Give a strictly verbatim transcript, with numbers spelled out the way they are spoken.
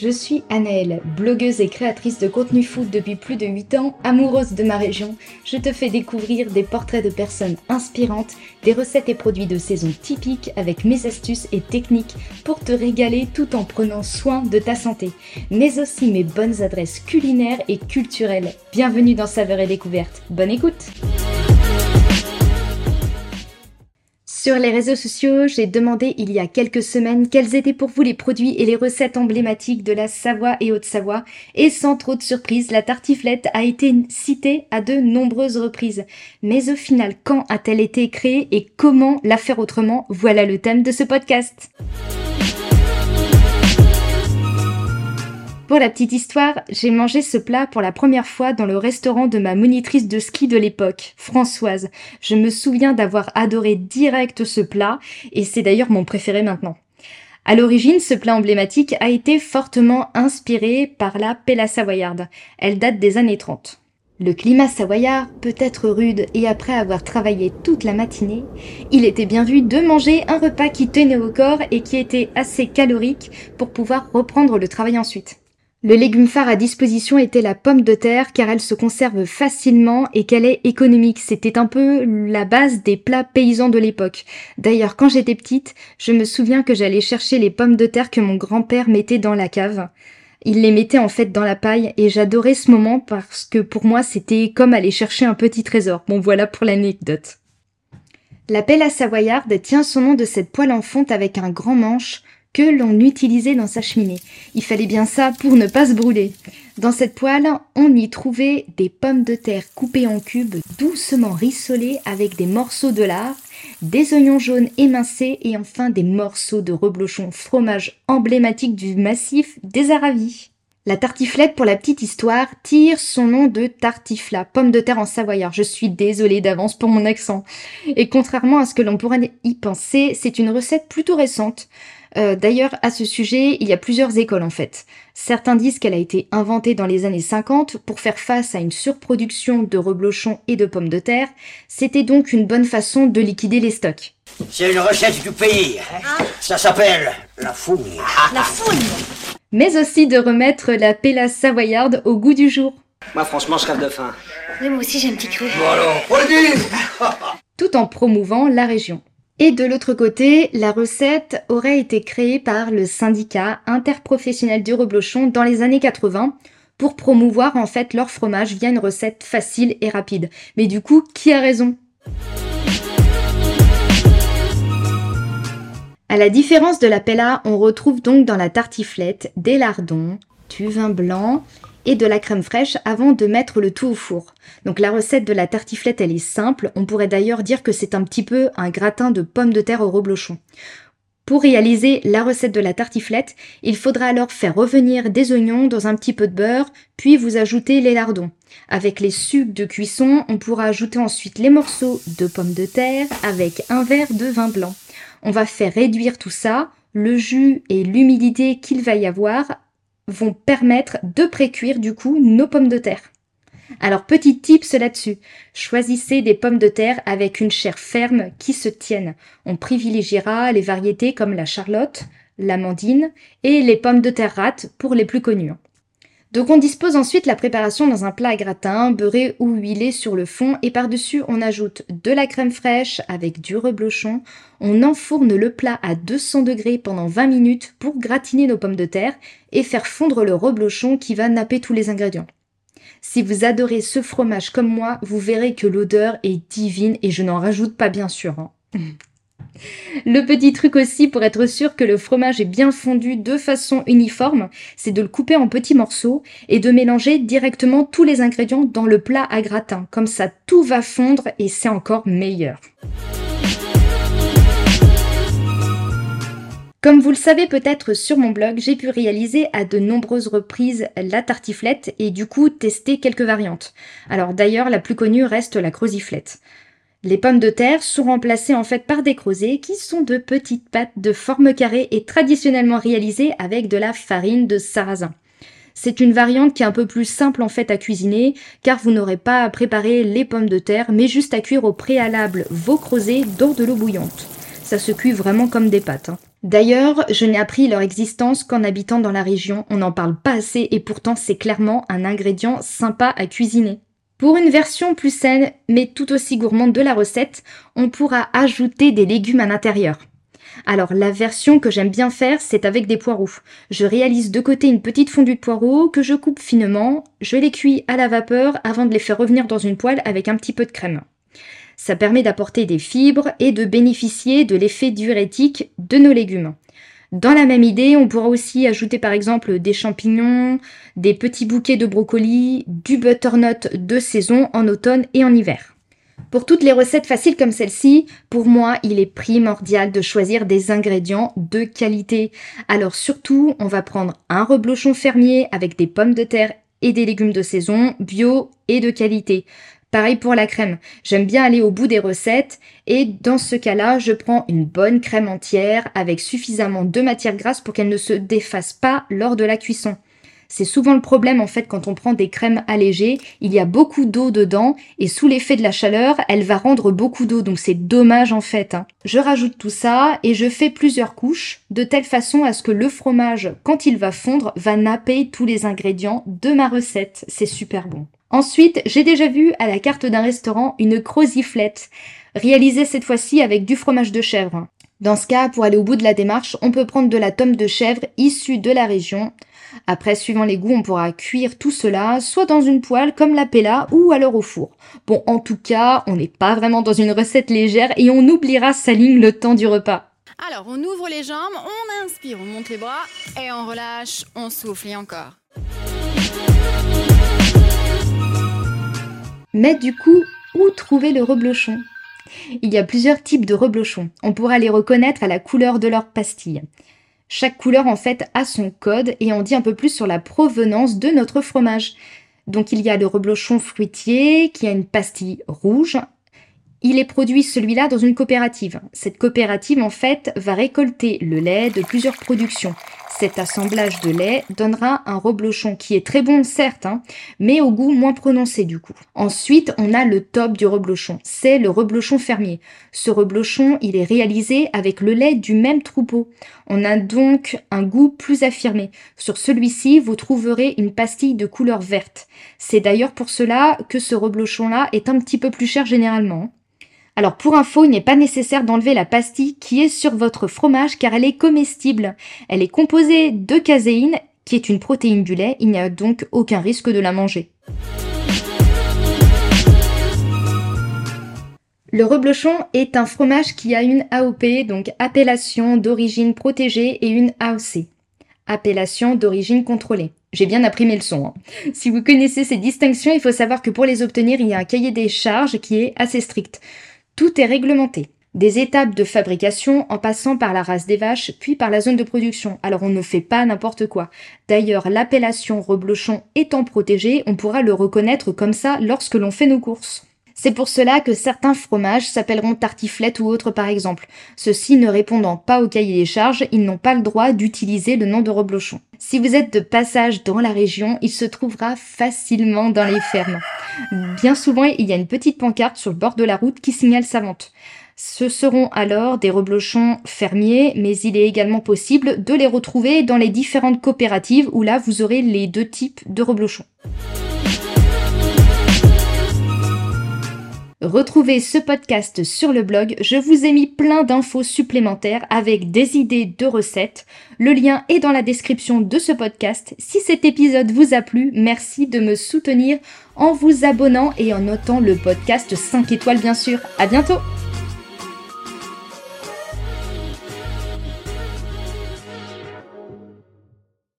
Je suis Anaëlle, blogueuse et créatrice de contenu food depuis plus de huit ans, amoureuse de ma région. Je te fais découvrir des portraits de personnes inspirantes, des recettes et produits de saison typiques avec mes astuces et techniques pour te régaler tout en prenant soin de ta santé, mais aussi mes bonnes adresses culinaires et culturelles. Bienvenue dans Saveurs et Découvertes. Bonne écoute! Sur les réseaux sociaux, j'ai demandé il y a quelques semaines quels étaient pour vous les produits et les recettes emblématiques de la Savoie et Haute-Savoie, et sans trop de surprise, la tartiflette a été citée à de nombreuses reprises. Mais au final, quand a-t-elle été créée et comment la faire autrement? Voilà le thème de ce podcast. Pour la petite histoire, j'ai mangé ce plat pour la première fois dans le restaurant de ma monitrice de ski de l'époque, Françoise. Je me souviens d'avoir adoré direct ce plat et c'est d'ailleurs mon préféré maintenant. À l'origine, ce plat emblématique a été fortement inspiré par la pella savoyarde. Elle date des années trente. Le climat savoyard peut être rude et après avoir travaillé toute la matinée, il était bien vu de manger un repas qui tenait au corps et qui était assez calorique pour pouvoir reprendre le travail ensuite. Le légume phare à disposition était la pomme de terre car elle se conserve facilement et qu'elle est économique. C'était un peu la base des plats paysans de l'époque. D'ailleurs, quand j'étais petite, je me souviens que j'allais chercher les pommes de terre que mon grand-père mettait dans la cave. Il les mettait en fait dans la paille et j'adorais ce moment parce que pour moi c'était comme aller chercher un petit trésor. Bon voilà pour l'anecdote. La pella savoyarde tient son nom de cette poêle en fonte avec un grand manche que l'on utilisait dans sa cheminée. Il fallait bien ça pour ne pas se brûler. Dans cette poêle, on y trouvait des pommes de terre coupées en cubes, doucement rissolées avec des morceaux de lard, des oignons jaunes émincés et enfin des morceaux de reblochon, fromage emblématique du massif des Aravis. La tartiflette, pour la petite histoire, tire son nom de tartifla, pomme de terre en savoyard. Je suis désolée d'avance pour mon accent. Et contrairement à ce que l'on pourrait y penser, c'est une recette plutôt récente. Euh, d'ailleurs, à ce sujet, il y a plusieurs écoles en fait. Certains disent qu'elle a été inventée dans les années cinquante pour faire face à une surproduction de reblochon et de pommes de terre. C'était donc une bonne façon de liquider les stocks. C'est une recette du pays. Hein? Ça s'appelle la fougne. La fougne. Mais aussi de remettre la pella savoyarde au goût du jour. Moi, franchement, je crève de faim. Oui, moi aussi, j'ai un petit cru. Bon alors, on le dit. Tout en promouvant la région. Et de l'autre côté, la recette aurait été créée par le syndicat interprofessionnel du reblochon dans les années quatre-vingts pour promouvoir en fait leur fromage via une recette facile et rapide. Mais du coup, qui a raison ? À la différence de la pella, on retrouve donc dans la tartiflette des lardons, du vin blanc et de la crème fraîche avant de mettre le tout au four. Donc la recette de la tartiflette, elle est simple. On pourrait d'ailleurs dire que c'est un petit peu un gratin de pommes de terre au reblochon. Pour réaliser la recette de la tartiflette, il faudra alors faire revenir des oignons dans un petit peu de beurre, puis vous ajoutez les lardons. Avec les sucs de cuisson, on pourra ajouter ensuite les morceaux de pommes de terre avec un verre de vin blanc. On va faire réduire tout ça, le jus et l'humidité qu'il va y avoir vont permettre de pré-cuire du coup nos pommes de terre. Alors petit tips là-dessus, choisissez des pommes de terre avec une chair ferme qui se tienne. On privilégiera les variétés comme la Charlotte, l'Amandine et les pommes de terre rate pour les plus connues. Donc on dispose ensuite la préparation dans un plat à gratin, beurré ou huilé sur le fond et par-dessus on ajoute de la crème fraîche avec du reblochon. On enfourne le plat à deux cents degrés pendant vingt minutes pour gratiner nos pommes de terre et faire fondre le reblochon qui va napper tous les ingrédients. Si vous adorez ce fromage comme moi, vous verrez que l'odeur est divine et je n'en rajoute pas bien sûr. Hein. Le petit truc aussi pour être sûr que le fromage est bien fondu de façon uniforme, c'est de le couper en petits morceaux et de mélanger directement tous les ingrédients dans le plat à gratin. Comme ça, tout va fondre et c'est encore meilleur. Comme vous le savez peut-être sur mon blog, j'ai pu réaliser à de nombreuses reprises la tartiflette et du coup tester quelques variantes. Alors d'ailleurs, la plus connue reste la croziflette. Les pommes de terre sont remplacées en fait par des crozets qui sont de petites pâtes de forme carrée et traditionnellement réalisées avec de la farine de sarrasin. C'est une variante qui est un peu plus simple en fait à cuisiner car vous n'aurez pas à préparer les pommes de terre mais juste à cuire au préalable vos crozets dans de l'eau bouillante. Ça se cuit vraiment comme des pâtes. Hein. D'ailleurs, je n'ai appris leur existence qu'en habitant dans la région, on n'en parle pas assez et pourtant c'est clairement un ingrédient sympa à cuisiner. Pour une version plus saine, mais tout aussi gourmande de la recette, on pourra ajouter des légumes à l'intérieur. Alors la version que j'aime bien faire, c'est avec des poireaux. Je réalise de côté une petite fondue de poireaux que je coupe finement, je les cuis à la vapeur avant de les faire revenir dans une poêle avec un petit peu de crème. Ça permet d'apporter des fibres et de bénéficier de l'effet diurétique de nos légumes. Dans la même idée, on pourra aussi ajouter par exemple des champignons, des petits bouquets de brocolis, du butternut de saison en automne et en hiver. Pour toutes les recettes faciles comme celle-ci, pour moi, il est primordial de choisir des ingrédients de qualité. Alors surtout, on va prendre un reblochon fermier avec des pommes de terre et des légumes de saison, bio et de qualité. Pareil pour la crème, j'aime bien aller au bout des recettes et dans ce cas-là, je prends une bonne crème entière avec suffisamment de matière grasse pour qu'elle ne se défasse pas lors de la cuisson. C'est souvent le problème en fait quand on prend des crèmes allégées, il y a beaucoup d'eau dedans et sous l'effet de la chaleur, elle va rendre beaucoup d'eau donc c'est dommage en fait. Hein. Je rajoute tout ça et je fais plusieurs couches de telle façon à ce que le fromage, quand il va fondre, va napper tous les ingrédients de ma recette. C'est super bon. Ensuite, j'ai déjà vu à la carte d'un restaurant une croziflette, réalisée cette fois-ci avec du fromage de chèvre. Dans ce cas, pour aller au bout de la démarche, on peut prendre de la tome de chèvre issue de la région. Après, suivant les goûts, on pourra cuire tout cela, soit dans une poêle comme la pella ou alors au four. Bon, en tout cas, on n'est pas vraiment dans une recette légère et on oubliera sa ligne le temps du repas. Alors, on ouvre les jambes, on inspire, on monte les bras et on relâche, on souffle et encore. Mais du coup, où trouver le reblochon ? Il y a plusieurs types de reblochons. On pourra les reconnaître à la couleur de leur pastille. Chaque couleur en fait a son code et on dit un peu plus sur la provenance de notre fromage. Donc il y a le reblochon fruitier qui a une pastille rouge. Il est produit celui-là dans une coopérative. Cette coopérative en fait va récolter le lait de plusieurs productions. Cet assemblage de lait donnera un reblochon qui est très bon certes, hein, mais au goût moins prononcé du coup. Ensuite, on a le top du reblochon, c'est le reblochon fermier. Ce reblochon, il est réalisé avec le lait du même troupeau. On a donc un goût plus affirmé. Sur celui-ci, vous trouverez une pastille de couleur verte. C'est d'ailleurs pour cela que ce reblochon-là est un petit peu plus cher généralement. Alors pour info, il n'est pas nécessaire d'enlever la pastille qui est sur votre fromage car elle est comestible. Elle est composée de caséine qui est une protéine du lait, il n'y a donc aucun risque de la manger. Le reblochon est un fromage qui a une A O P, donc appellation d'origine protégée, et une A O C, appellation d'origine contrôlée. J'ai bien imprimé le son. Hein. Si vous connaissez ces distinctions, il faut savoir que pour les obtenir, il y a un cahier des charges qui est assez strict. Tout est réglementé. Des étapes de fabrication en passant par la race des vaches, puis par la zone de production. Alors on ne fait pas n'importe quoi. D'ailleurs, l'appellation reblochon étant protégée, on pourra le reconnaître comme ça lorsque l'on fait nos courses. C'est pour cela que certains fromages s'appelleront tartiflette ou autres par exemple. Ceux-ci ne répondant pas au cahier des charges, ils n'ont pas le droit d'utiliser le nom de reblochon. Si vous êtes de passage dans la région, il se trouvera facilement dans les fermes. Bien souvent, il y a une petite pancarte sur le bord de la route qui signale sa vente. Ce seront alors des reblochons fermiers, mais il est également possible de les retrouver dans les différentes coopératives où là vous aurez les deux types de reblochons. Retrouvez ce podcast sur le blog, je vous ai mis plein d'infos supplémentaires avec des idées de recettes. Le lien est dans la description de ce podcast. Si cet épisode vous a plu, merci de me soutenir en vous abonnant et en notant le podcast cinq étoiles bien sûr. À bientôt!